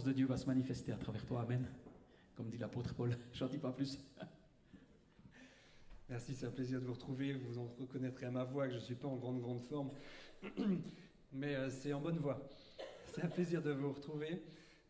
force de Dieu va se manifester à travers toi. Amen. Comme dit l'apôtre Paul, j'en dis pas plus. Merci, c'est un plaisir de vous retrouver. Vous en reconnaîtrez à ma voix que je ne suis pas en grande forme, mais c'est en bonne voie. C'est un plaisir de vous retrouver.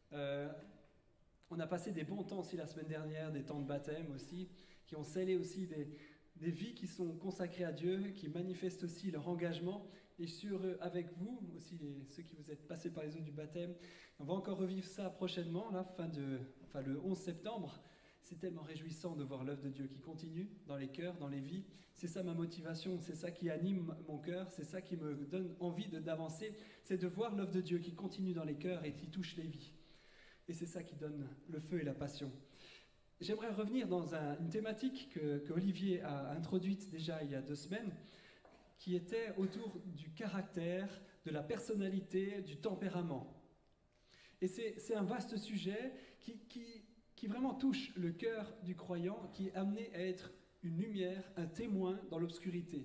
On a passé des bons temps aussi la semaine dernière, des temps de baptême aussi, qui ont scellé aussi des vies qui sont consacrées à Dieu, qui manifestent aussi leur engagement. Et avec vous, aussi ceux qui vous êtes passés par les eaux du baptême, on va encore revivre ça prochainement, là, le 11 septembre. C'est tellement réjouissant de voir l'œuvre de Dieu qui continue dans les cœurs, dans les vies. C'est ça ma motivation, c'est ça qui anime mon cœur, c'est ça qui me donne envie d'avancer, c'est de voir l'œuvre de Dieu qui continue dans les cœurs et qui touche les vies. Et c'est ça qui donne le feu et la passion. J'aimerais revenir dans une thématique que Olivier a introduite déjà il y a 2 semaines, qui était autour du caractère, de la personnalité, du tempérament. Et c'est un vaste sujet qui vraiment touche le cœur du croyant, qui est amené à être une lumière, un témoin dans l'obscurité.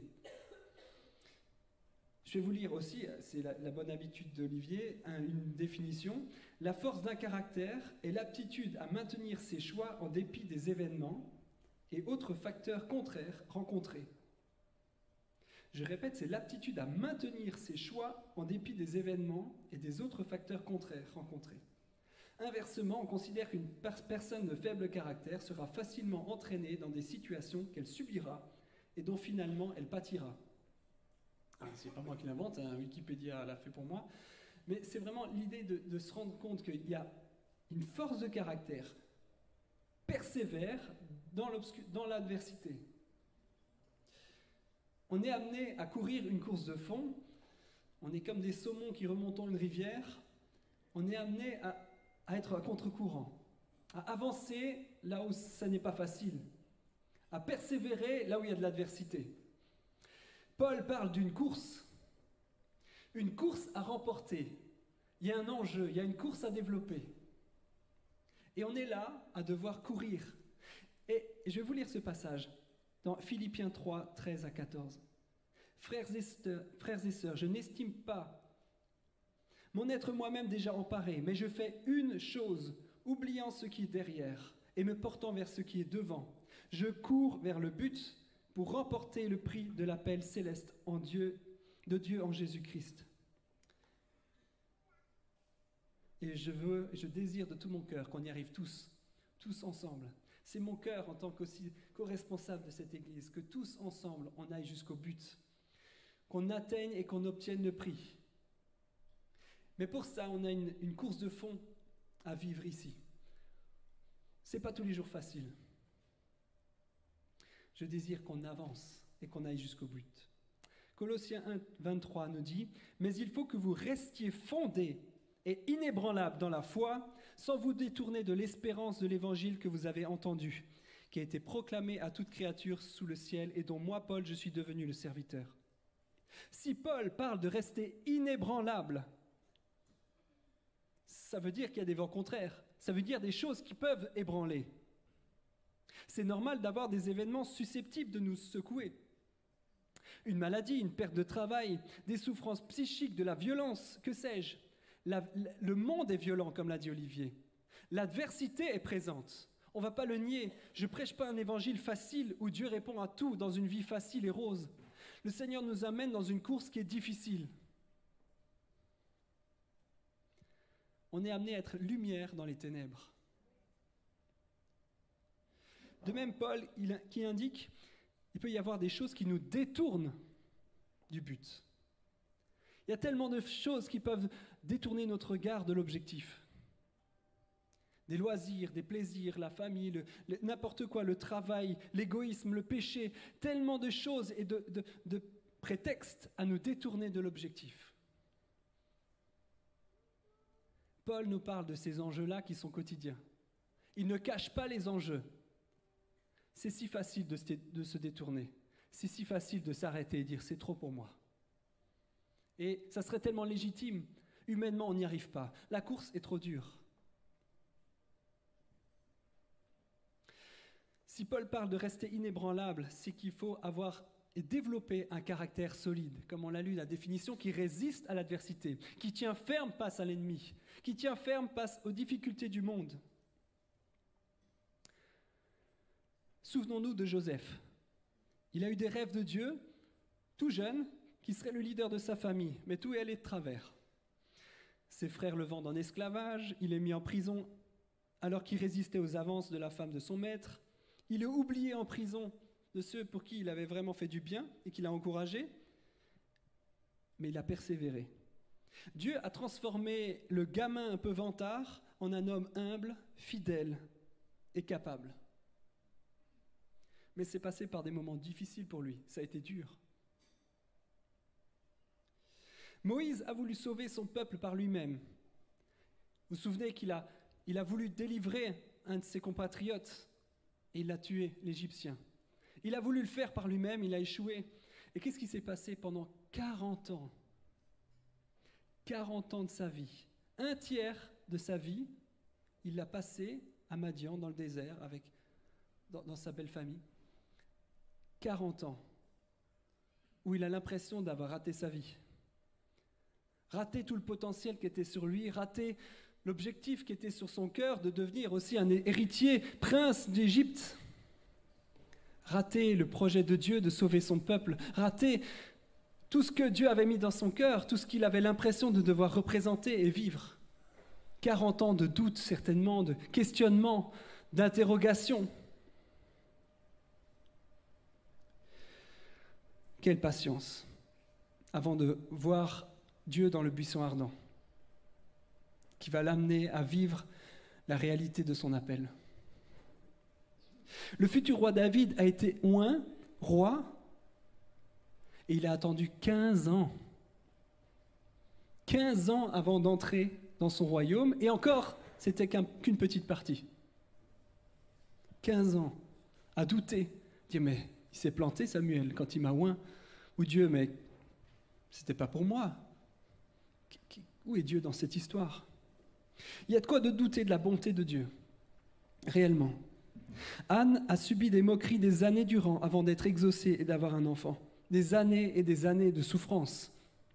Je vais vous lire aussi, c'est la bonne habitude d'Olivier, une définition. La force d'un caractère est l'aptitude à maintenir ses choix en dépit des événements et autres facteurs contraires rencontrés. Je répète, c'est l'aptitude à maintenir ses choix en dépit des événements et des autres facteurs contraires rencontrés. Inversement, on considère qu'une personne de faible caractère sera facilement entraînée dans des situations qu'elle subira et dont finalement elle pâtira. C'est pas moi qui l'invente, Wikipédia l'a fait pour moi, mais c'est vraiment l'idée de se rendre compte qu'il y a une force de caractère persévère dans l'adversité. On est amené à courir une course de fond, on est comme des saumons qui remontent une rivière, on est amené à être à contre-courant, à avancer là où ça n'est pas facile, à persévérer là où il y a de l'adversité. Paul parle d'une course à remporter. Il y a un enjeu, il y a une course à développer. Et on est là à devoir courir. Et je vais vous lire ce passage dans Philippiens 3, 13 à 14. Frères et sœurs, je n'estime pas mon être moi-même déjà emparé, mais je fais une chose, oubliant ce qui est derrière et me portant vers ce qui est devant. Je cours vers le but pour remporter le prix de l'appel céleste de Dieu en Jésus-Christ. Et je désire de tout mon cœur qu'on y arrive tous ensemble. C'est mon cœur en tant qu'aussi co-responsable de cette Église, que tous ensemble on aille jusqu'au but, qu'on atteigne et qu'on obtienne le prix. Mais pour ça, on a une course de fond à vivre ici. C'est pas tous les jours facile. Je désire qu'on avance et qu'on aille jusqu'au but. Colossiens 1, 23 nous dit « Mais il faut que vous restiez fondés et inébranlables dans la foi, sans vous détourner de l'espérance de l'évangile que vous avez entendu, qui a été proclamé à toute créature sous le ciel et dont moi, Paul, je suis devenu le serviteur. » Si Paul parle de rester inébranlable, ça veut dire qu'il y a des vents contraires. Ça veut dire des choses qui peuvent ébranler. C'est normal d'avoir des événements susceptibles de nous secouer. Une maladie, une perte de travail, des souffrances psychiques, de la violence, que sais-je. Le monde est violent, comme l'a dit Olivier. L'adversité est présente. On ne va pas le nier. Je ne prêche pas un évangile facile où Dieu répond à tout dans une vie facile et rose. Le Seigneur nous amène dans une course qui est difficile. On est amené à être lumière dans les ténèbres. De même, Paul, qui indique qu'il peut y avoir des choses qui nous détournent du but. Il y a tellement de choses qui peuvent détourner notre regard de l'objectif. Des loisirs, des plaisirs, la famille, n'importe quoi, le travail, l'égoïsme, le péché, tellement de choses et de prétextes à nous détourner de l'objectif. Paul nous parle de ces enjeux-là qui sont quotidiens. Il ne cache pas les enjeux. C'est si facile de se détourner. C'est si facile de s'arrêter et dire « c'est trop pour moi ». Et ça serait tellement légitime. Humainement, on n'y arrive pas. La course est trop dure. Si Paul parle de rester inébranlable, c'est qu'il faut avoir et développer un caractère solide, comme on l'a lu, la définition, qui résiste à l'adversité, qui tient ferme face à l'ennemi, qui tient ferme face aux difficultés du monde. Souvenons-nous de Joseph. Il a eu des rêves de Dieu, tout jeune, qui serait le leader de sa famille, mais tout est allé de travers. Ses frères le vendent en esclavage, il est mis en prison alors qu'il résistait aux avances de la femme de son maître. Il est oublié en prison de ceux pour qui il avait vraiment fait du bien et qu'il a encouragé, mais il a persévéré. Dieu a transformé le gamin un peu vantard en un homme humble, fidèle et capable. Mais c'est passé par des moments difficiles pour lui, ça a été dur. Moïse a voulu sauver son peuple par lui-même. Vous vous souvenez qu'il a voulu délivrer un de ses compatriotes et il a tué l'Égyptien. Il a voulu le faire par lui-même, il a échoué. Et qu'est-ce qui s'est passé pendant 40 ans? 40 ans de sa vie. Un tiers de sa vie, il l'a passé à Madian, dans le désert, dans sa belle famille. 40 ans, où il a l'impression d'avoir raté sa vie. Raté tout le potentiel qui était sur lui, raté l'objectif qui était sur son cœur de devenir aussi un héritier, prince d'Égypte. Raté le projet de Dieu de sauver son peuple, raté tout ce que Dieu avait mis dans son cœur, tout ce qu'il avait l'impression de devoir représenter et vivre. 40 ans de doute, certainement, de questionnement, d'interrogation. Quelle patience avant de voir Dieu dans le buisson ardent, qui va l'amener à vivre la réalité de son appel. Le futur roi David a été oint, roi, et il a attendu 15 ans. 15 ans avant d'entrer dans son royaume, et encore, c'était qu'une petite partie. 15 ans à douter, dire mais il s'est planté Samuel quand il m'a oint, ou Dieu mais c'était pas pour moi. Où est Dieu dans cette histoire? Il y a de quoi de douter de la bonté de Dieu, réellement. Anne a subi des moqueries des années durant avant d'être exaucée et d'avoir un enfant. Des années et des années de souffrance.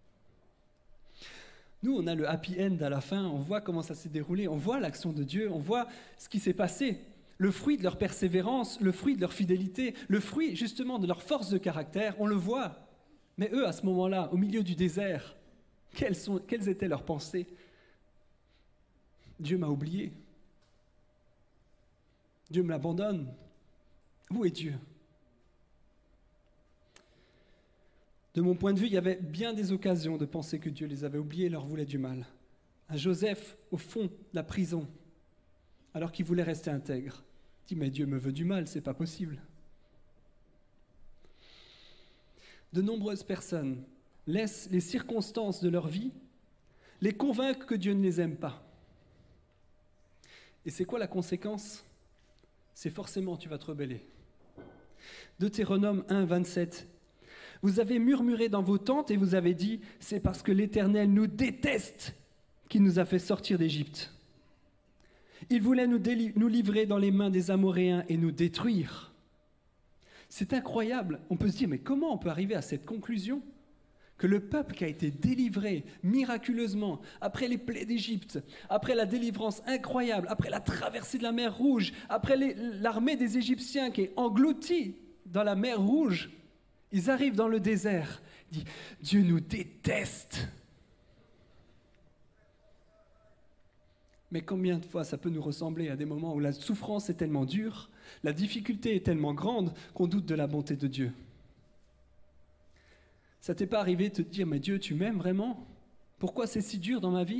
Nous, on a le happy end à la fin, on voit comment ça s'est déroulé, on voit l'action de Dieu, on voit ce qui s'est passé, le fruit de leur persévérance, le fruit de leur fidélité, le fruit justement de leur force de caractère, on le voit. Mais eux, à ce moment-là, au milieu du désert, quelles étaient leurs pensées? Dieu m'a oublié. Dieu me l'abandonne. Où est Dieu? De mon point de vue, il y avait bien des occasions de penser que Dieu les avait oubliés et leur voulait du mal. Un Joseph, au fond de la prison, alors qu'il voulait rester intègre, dit « Mais Dieu me veut du mal, c'est pas possible. » De nombreuses personnes laissent les circonstances de leur vie les convaincre que Dieu ne les aime pas. Et c'est quoi la conséquence? C'est forcément tu vas te rebeller. Deutéronome 1, 27. Vous avez murmuré dans vos tentes et vous avez dit « C'est parce que l'Éternel nous déteste qu'il nous a fait sortir d'Égypte. Il voulait nous livrer dans les mains des Amoréens et nous détruire. » C'est incroyable. On peut se dire « Mais comment on peut arriver à cette conclusion ? Que le peuple qui a été délivré miraculeusement, après les plaies d'Égypte, après la délivrance incroyable, après la traversée de la mer Rouge, après l'armée des Égyptiens qui est engloutie dans la mer Rouge, ils arrivent dans le désert, ils disent « Dieu nous déteste !» Mais combien de fois ça peut nous ressembler à des moments où la souffrance est tellement dure, la difficulté est tellement grande qu'on doute de la bonté de Dieu. Ça t'est pas arrivé de te dire « Mais Dieu, tu m'aimes vraiment? Pourquoi c'est si dur dans ma vie ?»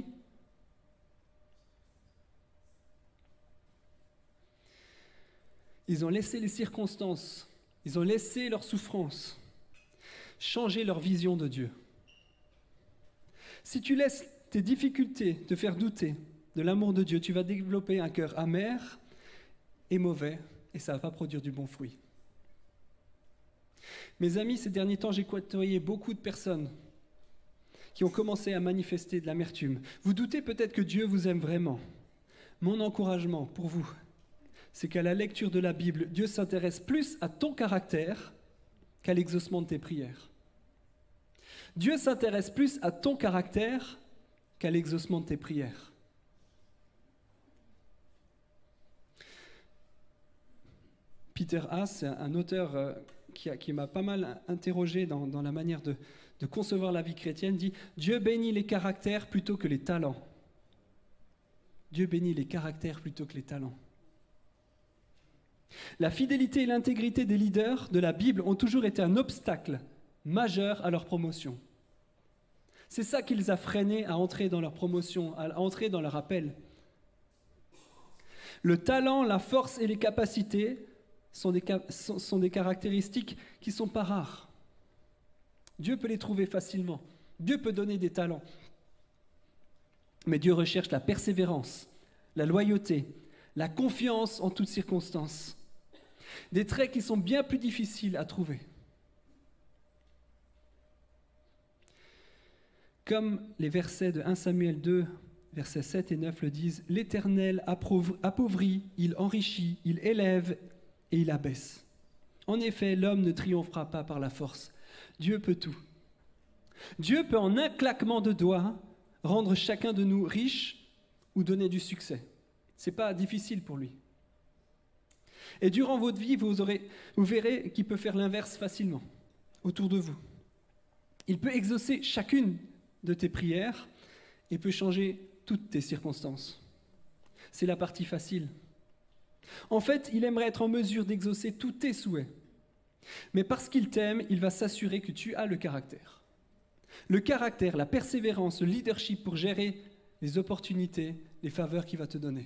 Ils ont laissé les circonstances, ils ont laissé leur souffrance changer leur vision de Dieu. Si tu laisses tes difficultés te faire douter de l'amour de Dieu, tu vas développer un cœur amer et mauvais, et ça ne va pas produire du bon fruit. Mes amis, ces derniers temps, j'ai côtoyé beaucoup de personnes qui ont commencé à manifester de l'amertume. Vous doutez peut-être que Dieu vous aime vraiment. Mon encouragement pour vous, c'est qu'à la lecture de la Bible, Dieu s'intéresse plus à ton caractère qu'à l'exaucement de tes prières. Dieu s'intéresse plus à ton caractère qu'à l'exaucement de tes prières. Peter Haas, c'est un auteur qui m'a pas mal interrogé dans la manière de concevoir la vie chrétienne, dit « Dieu bénit les caractères plutôt que les talents. » Dieu bénit les caractères plutôt que les talents. La fidélité et l'intégrité des leaders de la Bible ont toujours été un obstacle majeur à leur promotion. C'est ça qui les a freinés à entrer dans leur promotion, à entrer dans leur appel. Le talent, la force et les capacités sont des caractéristiques qui ne sont pas rares. Dieu peut les trouver facilement. Dieu peut donner des talents. Mais Dieu recherche la persévérance, la loyauté, la confiance en toutes circonstances. Des traits qui sont bien plus difficiles à trouver. Comme les versets de 1 Samuel 2, versets 7 et 9 le disent, « L'Éternel appauvrit, il enrichit, il élève et il abaisse. En effet, l'homme ne triomphera pas par la force. Dieu peut tout. Dieu peut en un claquement de doigts rendre chacun de nous riche ou donner du succès. Ce n'est pas difficile pour lui. Et durant votre vie, vous verrez qu'il peut faire l'inverse facilement autour de vous. Il peut exaucer chacune de tes prières et peut changer toutes tes circonstances. C'est la partie facile. En fait, il aimerait être en mesure d'exaucer tous tes souhaits. Mais parce qu'il t'aime, il va s'assurer que tu as le caractère. Le caractère, la persévérance, le leadership pour gérer les opportunités, les faveurs qu'il va te donner.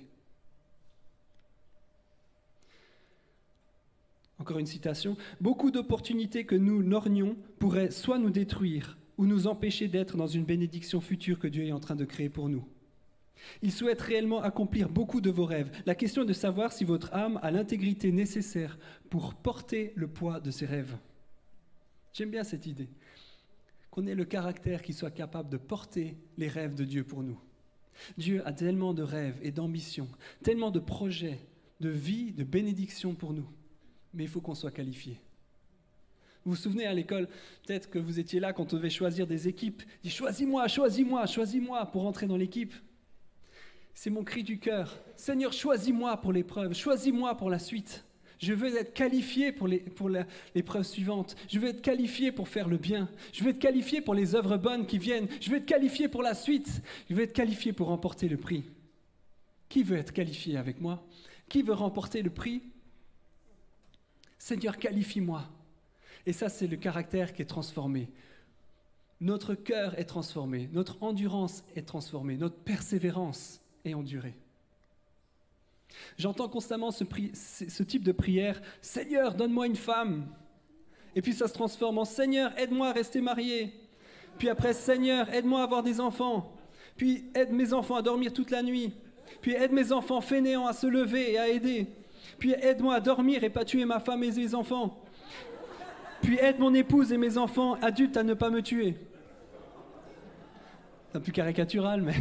Encore une citation. « Beaucoup d'opportunités que nous lorgnons pourraient soit nous détruire ou nous empêcher d'être dans une bénédiction future que Dieu est en train de créer pour nous. Il souhaite réellement accomplir beaucoup de vos rêves. La question est de savoir si votre âme a l'intégrité nécessaire pour porter le poids de ses rêves. » J'aime bien cette idée. Qu'on ait le caractère qui soit capable de porter les rêves de Dieu pour nous. Dieu a tellement de rêves et d'ambitions, tellement de projets, de vie, de bénédictions pour nous. Mais il faut qu'on soit qualifié. Vous vous souvenez à l'école, peut-être que vous étiez là quand on devait choisir des équipes. Il dit « Choisis-moi, choisis-moi, choisis-moi pour entrer dans l'équipe. » C'est mon cri du cœur. « Seigneur, choisis-moi pour l'épreuve, choisis-moi pour la suite. Je veux être qualifié pour l'épreuve suivante. Je veux être qualifié pour faire le bien. Je veux être qualifié pour les œuvres bonnes qui viennent. Je veux être qualifié pour la suite. Je veux être qualifié pour remporter le prix. » Qui veut être qualifié avec moi? Qui veut remporter le prix? Seigneur, qualifie-moi. Et ça, c'est le caractère qui est transformé. Notre cœur est transformé, notre endurance est transformée, notre persévérance est endurée. J'entends constamment ce type de prière, « Seigneur, donne-moi une femme ». Et puis ça se transforme en « Seigneur, aide-moi à rester marié ». Puis après « Seigneur, aide-moi à avoir des enfants ». Puis « Aide mes enfants à dormir toute la nuit ». Puis « Aide mes enfants fainéants à se lever et à aider ». Puis aide-moi à dormir et pas tuer ma femme et mes enfants. Puis aide mon épouse et mes enfants adultes à ne pas me tuer. C'est un peu caricatural, mais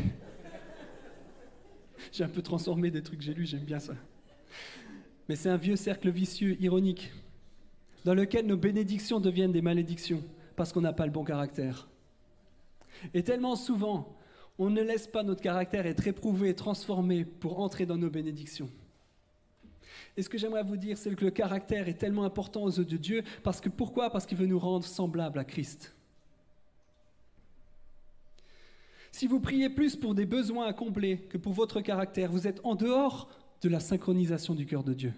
j'ai un peu transformé des trucs que j'ai lus, j'aime bien ça. Mais c'est un vieux cercle vicieux, ironique, dans lequel nos bénédictions deviennent des malédictions, parce qu'on n'a pas le bon caractère. Et tellement souvent, on ne laisse pas notre caractère être éprouvé, transformé pour entrer dans nos bénédictions. Et ce que j'aimerais vous dire, c'est que le caractère est tellement important aux yeux de Dieu. Pourquoi? Parce qu'il veut nous rendre semblables à Christ. Si vous priez plus pour des besoins à combler que pour votre caractère, vous êtes en dehors de la synchronisation du cœur de Dieu.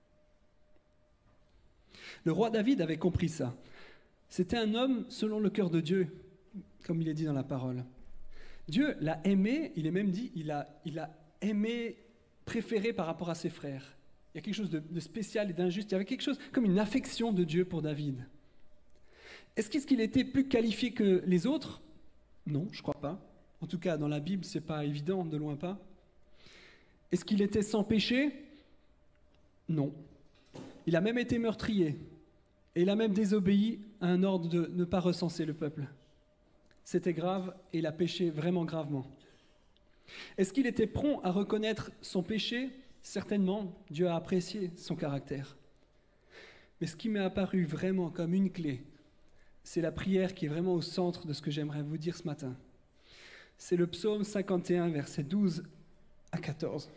Le roi David avait compris ça. C'était un homme selon le cœur de Dieu, comme il est dit dans la parole. Dieu l'a aimé, il est même dit, il a aimé, préféré par rapport à ses frères. Il y a quelque chose de spécial et d'injuste. Il y avait quelque chose comme une affection de Dieu pour David. Est-ce qu'il était plus qualifié que les autres? Non, je ne crois pas. En tout cas, dans la Bible, ce n'est pas évident, de loin pas. Est-ce qu'il était sans péché? Non. Il a même été meurtrier. Et il a même désobéi à un ordre de ne pas recenser le peuple. C'était grave et il a péché vraiment gravement. Est-ce qu'il était prompt à reconnaître son péché? Certainement, Dieu a apprécié son caractère. Mais ce qui m'est apparu vraiment comme une clé, c'est la prière qui est vraiment au centre de ce que j'aimerais vous dire ce matin. C'est le psaume 51, versets 12 à 14.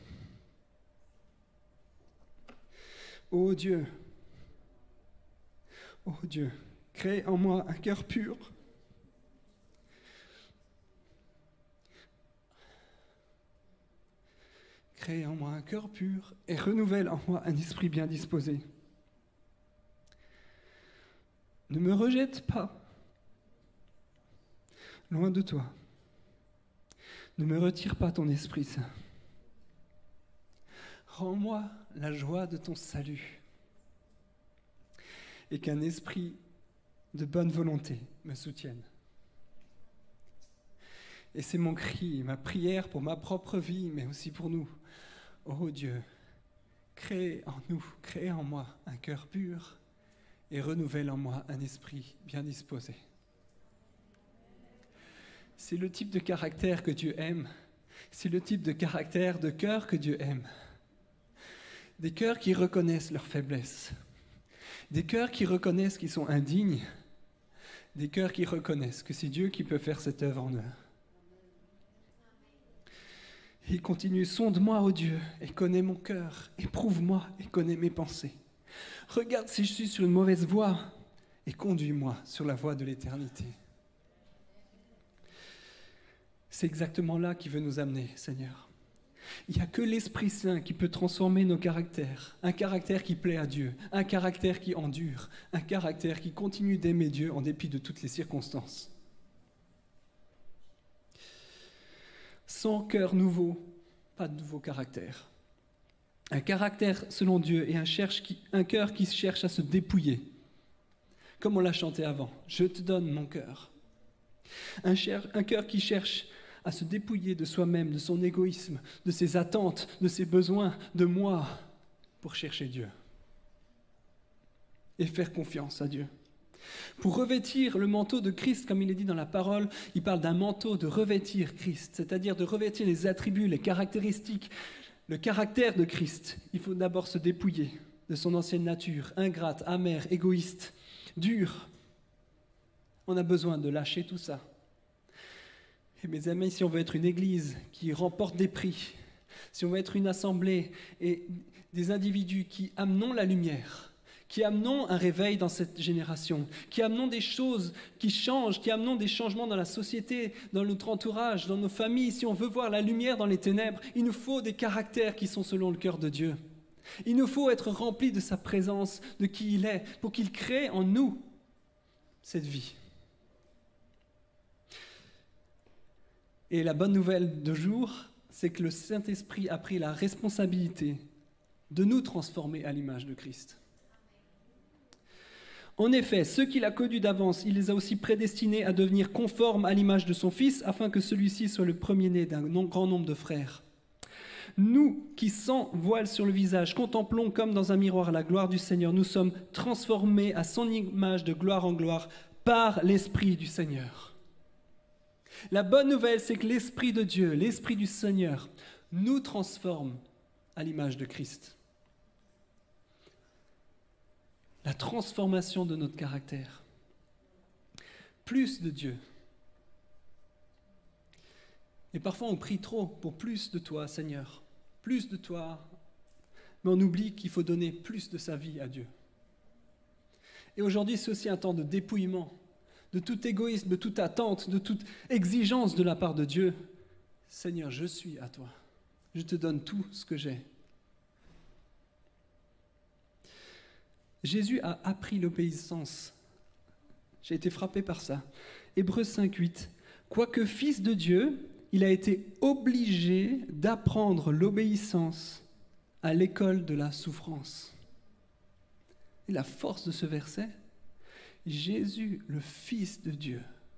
Ô Dieu, crée en moi un cœur pur. Crée en moi un cœur pur et renouvelle en moi un esprit bien disposé. Ne me rejette pas, loin de toi. Ne me retire pas ton Esprit Saint. Rends-moi la joie de ton salut et qu'un esprit de bonne volonté me soutienne. Et c'est mon cri, ma prière pour ma propre vie, mais aussi pour nous. Ô Dieu, crée en nous, crée en moi un cœur pur et renouvelle en moi un esprit bien disposé. C'est le type de caractère que Dieu aime. C'est le type de caractère, de cœur que Dieu aime. Des cœurs qui reconnaissent leurs faiblesses. Des cœurs qui reconnaissent qu'ils sont indignes. Des cœurs qui reconnaissent que c'est Dieu qui peut faire cette œuvre en eux. Et il continue, sonde-moi, ô Dieu, et connais mon cœur. Éprouve-moi et connais mes pensées. Regarde si je suis sur une mauvaise voie et conduis-moi sur la voie de l'éternité. C'est exactement là qu'il veut nous amener, Seigneur. Il n'y a que l'Esprit Saint qui peut transformer nos caractères. Un caractère qui plaît à Dieu, un caractère qui endure, un caractère qui continue d'aimer Dieu en dépit de toutes les circonstances. Sans cœur nouveau, pas de nouveau caractère. Un caractère selon Dieu et un cœur qui cherche à se dépouiller. Comme on l'a chanté avant, je te donne mon cœur. Un cœur qui cherche à se dépouiller de soi-même, de son égoïsme, de ses attentes, de ses besoins, de moi, pour chercher Dieu. Et faire confiance à Dieu. Pour revêtir le manteau de Christ, comme il est dit dans la parole, il parle d'un manteau de revêtir Christ, c'est-à-dire de revêtir les attributs, les caractéristiques, le caractère de Christ. Il faut d'abord se dépouiller de son ancienne nature, ingrate, amère, égoïste, dure. On a besoin de lâcher tout ça. Et mes amis, si on veut être une église qui remporte des prix, si on veut être une assemblée et des individus qui amenons la lumière, qui amenons un réveil dans cette génération, qui amenons des choses qui changent, qui amenons des changements dans la société, dans notre entourage, dans nos familles, si on veut voir la lumière dans les ténèbres, il nous faut des caractères qui sont selon le cœur de Dieu. Il nous faut être remplis de sa présence, de qui il est, pour qu'il crée en nous cette vie. Et la bonne nouvelle de jour, c'est que le Saint-Esprit a pris la responsabilité de nous transformer à l'image de Christ. En effet, ceux qu'il a connus d'avance, il les a aussi prédestinés à devenir conformes à l'image de son Fils, afin que celui-ci soit le premier-né d'un grand nombre de frères. Nous, qui sans voile sur le visage, contemplons comme dans un miroir la gloire du Seigneur, nous sommes transformés à son image de gloire en gloire par l'Esprit du Seigneur. La bonne nouvelle, c'est que l'Esprit de Dieu, l'Esprit du Seigneur, nous transforme à l'image de Christ. La transformation de notre caractère. Plus de Dieu. Et parfois on prie trop pour plus de toi, Seigneur. Plus de toi. Mais on oublie qu'il faut donner plus de sa vie à Dieu. Et aujourd'hui, c'est aussi un temps de dépouillement, de tout égoïsme, de toute attente, de toute exigence de la part de Dieu. Seigneur, je suis à toi. Je te donne tout ce que j'ai. Jésus a appris l'obéissance. J'ai été frappé par ça. Hébreux 5:8. Quoique fils de Dieu, il a été obligé d'apprendre l'obéissance à l'école de la souffrance. Et la force de ce verset, Jésus, le Fils de Dieu,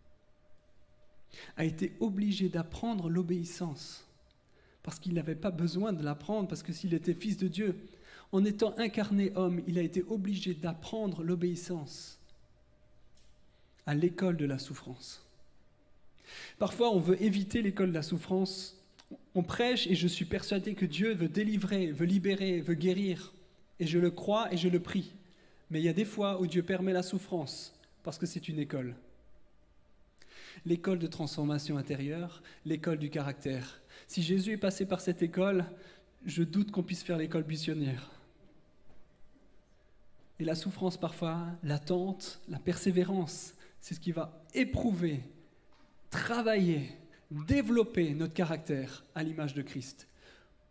a été obligé d'apprendre l'obéissance parce qu'il n'avait pas besoin de l'apprendre, parce que s'il était Fils de Dieu, en étant incarné homme, il a été obligé d'apprendre l'obéissance à l'école de la souffrance. Parfois, on veut éviter l'école de la souffrance. On prêche et je suis persuadé que Dieu veut délivrer, veut libérer, veut guérir. Et je le crois et je le prie. Mais il y a des fois où Dieu permet la souffrance parce que c'est une école. L'école de transformation intérieure, l'école du caractère. Si Jésus est passé par cette école, je doute qu'on puisse faire l'école buissonnière. Et la souffrance parfois, l'attente, la persévérance, c'est ce qui va éprouver, travailler, développer notre caractère à l'image de Christ. Pourquoi ?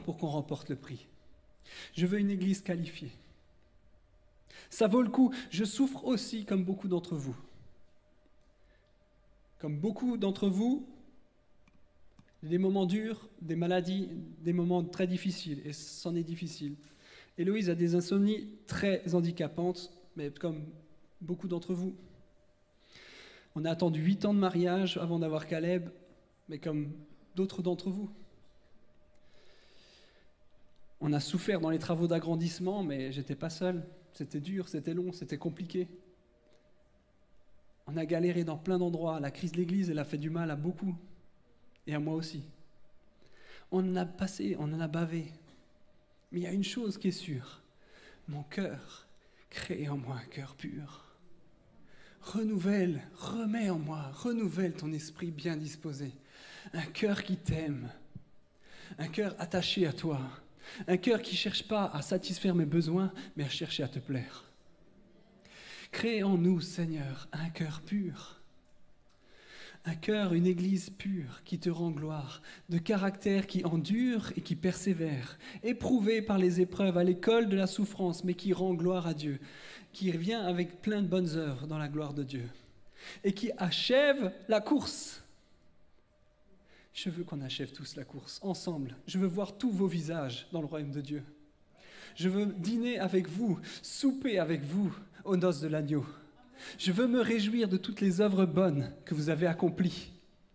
Pour qu'on remporte le prix. Je veux une église qualifiée. Ça vaut le coup. Je souffre aussi comme beaucoup d'entre vous. Comme beaucoup d'entre vous, des moments durs, des maladies, des moments très difficiles, et c'en est difficile. Héloïse a des insomnies très handicapantes, mais comme beaucoup d'entre vous. On a attendu 8 ans de mariage avant d'avoir Caleb, mais comme d'autres d'entre vous. On a souffert dans les travaux d'agrandissement, mais j'étais pas seul. C'était dur, c'était long, c'était compliqué. On a galéré dans plein d'endroits. La crise de l'Église, elle a fait du mal à beaucoup, et à moi aussi. On en a passé, on en a bavé. Mais il y a une chose qui est sûre. Mon cœur, crée en moi un cœur pur. Renouvelle, remets en moi, renouvelle ton esprit bien disposé. Un cœur qui t'aime, un cœur attaché à toi, un cœur qui ne cherche pas à satisfaire mes besoins, mais à chercher à te plaire. Crée en nous, Seigneur, un cœur pur. Un cœur, une église pure qui te rend gloire, de caractère qui endure et qui persévère, éprouvé par les épreuves à l'école de la souffrance, mais qui rend gloire à Dieu, qui revient avec plein de bonnes œuvres dans la gloire de Dieu, et qui achève la course. Je veux qu'on achève tous la course, ensemble. Je veux voir tous vos visages dans le royaume de Dieu. Je veux dîner avec vous, souper avec vous aux noces de l'agneau. Je veux me réjouir de toutes les œuvres bonnes que vous avez accomplies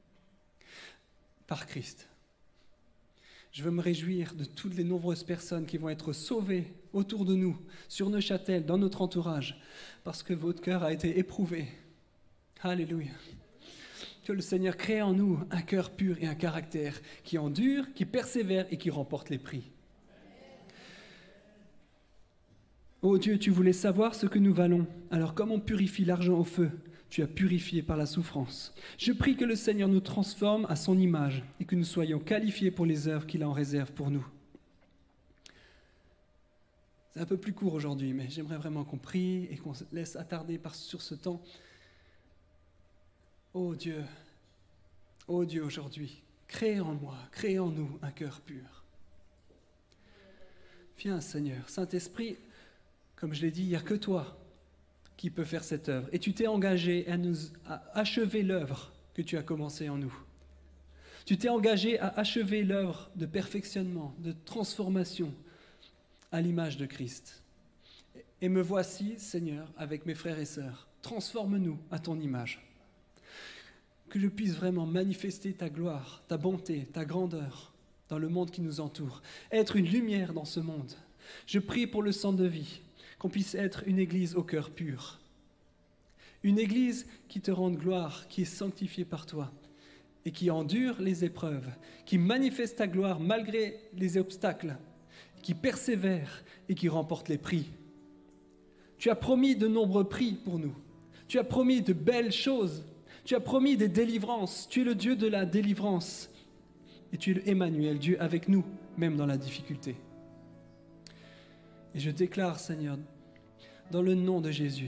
par Christ. Je veux me réjouir de toutes les nombreuses personnes qui vont être sauvées autour de nous, sur Neuchâtel, dans notre entourage, parce que votre cœur a été éprouvé. Alléluia. Que le Seigneur crée en nous un cœur pur et un caractère qui endure, qui persévère et qui remporte les prix. Ô Dieu, tu voulais savoir ce que nous valons. Alors comme on purifie l'argent au feu, tu as purifié par la souffrance. Je prie que le Seigneur nous transforme à son image et que nous soyons qualifiés pour les œuvres qu'il en réserve pour nous. C'est un peu plus court aujourd'hui, mais j'aimerais vraiment qu'on prie et qu'on se laisse attarder sur ce temps. Ô Dieu, aujourd'hui, crée en moi, crée en nous un cœur pur. Viens, Seigneur, Saint-Esprit, comme je l'ai dit, il n'y a que toi qui peux faire cette œuvre. Et tu t'es engagé à achever l'œuvre que tu as commencée en nous. Tu t'es engagé à achever l'œuvre de perfectionnement, de transformation à l'image de Christ. Et me voici, Seigneur, avec mes frères et sœurs. Transforme-nous à ton image. Que je puisse vraiment manifester ta gloire, ta bonté, ta grandeur dans le monde qui nous entoure. Être une lumière dans ce monde. Je prie pour le sang de vie, qu'on puisse être une église au cœur pur. Une église qui te rende gloire, qui est sanctifiée par toi et qui endure les épreuves, qui manifeste ta gloire malgré les obstacles, qui persévère et qui remporte les prix. Tu as promis de nombreux prix pour nous. Tu as promis de belles choses. Tu as promis des délivrances. Tu es le Dieu de la délivrance. Et tu es le Emmanuel, Dieu avec nous, même dans la difficulté. Et je déclare, Seigneur, dans le nom de Jésus,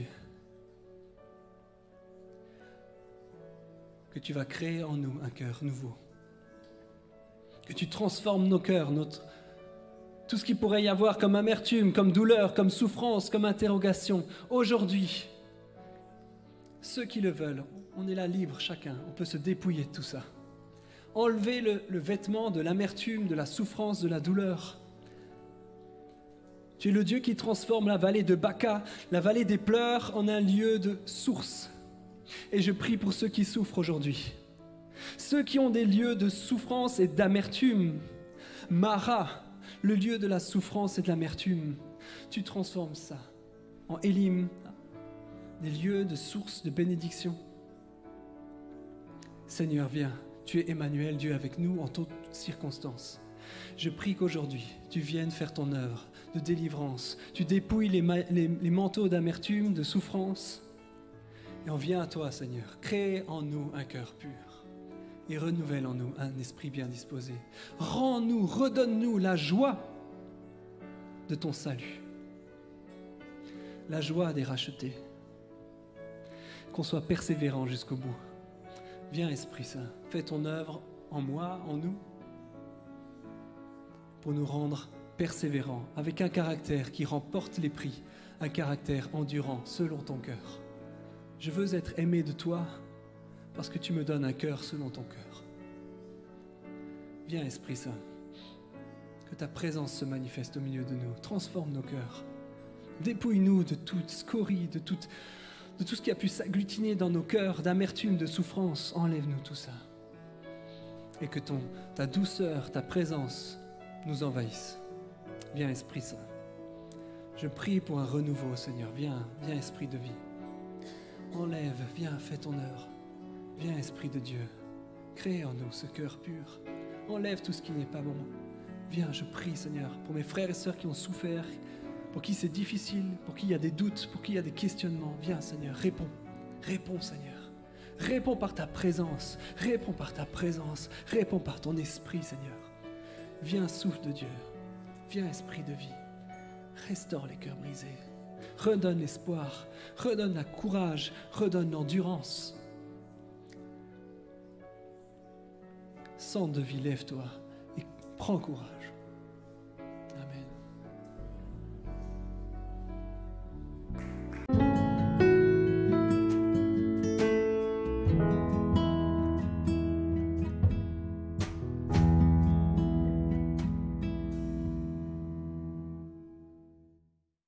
que tu vas créer en nous un cœur nouveau. Que tu transformes nos cœurs, tout ce qu'il pourrait y avoir comme amertume, comme douleur, comme souffrance, comme interrogation. Aujourd'hui, ceux qui le veulent, on est là libre chacun, on peut se dépouiller de tout ça. Enlever le vêtement de l'amertume, de la souffrance, de la douleur. Tu es le Dieu qui transforme la vallée de Baca, la vallée des pleurs, en un lieu de source. Et je prie pour ceux qui souffrent aujourd'hui. Ceux qui ont des lieux de souffrance et d'amertume. Mara, le lieu de la souffrance et de l'amertume. Tu transformes ça en Élim, des lieux de source, de bénédiction. Seigneur, viens, tu es Emmanuel, Dieu avec nous en toutes circonstances. Je prie qu'aujourd'hui, tu viennes faire ton œuvre de délivrance. Tu dépouilles les manteaux d'amertume, de souffrance. Et on vient à toi, Seigneur. Crée en nous un cœur pur. Et renouvelle en nous un esprit bien disposé. Rends-nous, redonne-nous la joie de ton salut. La joie des rachetés. Qu'on soit persévérant jusqu'au bout. Viens, Esprit Saint, fais ton œuvre en moi, en nous, pour nous rendre persévérants, avec un caractère qui remporte les prix, un caractère endurant selon ton cœur. Je veux être aimé de toi parce que tu me donnes un cœur selon ton cœur. Viens, Esprit Saint, que ta présence se manifeste au milieu de nous, transforme nos cœurs, dépouille-nous de toute scorie, de tout ce qui a pu s'agglutiner dans nos cœurs, d'amertume, de souffrance, enlève-nous tout ça. Et que ta douceur, ta présence nous envahisse. Viens, Esprit Saint. Je prie pour un renouveau, Seigneur. Viens, Esprit de vie. Enlève, viens, fais ton œuvre. Viens, Esprit de Dieu. Crée en nous ce cœur pur. Enlève tout ce qui n'est pas bon. Viens, je prie, Seigneur, pour mes frères et sœurs qui ont souffert, pour qui c'est difficile, pour qui il y a des doutes, pour qui il y a des questionnements. Viens, Seigneur, réponds. Réponds, Seigneur. Réponds par ta présence. Réponds par ta présence. Réponds par ton esprit, Seigneur. Viens, souffle de Dieu. Viens, esprit de vie. Restaure les cœurs brisés. Redonne l'espoir. Redonne la courage. Redonne l'endurance. Sang de vie, lève-toi et prends courage.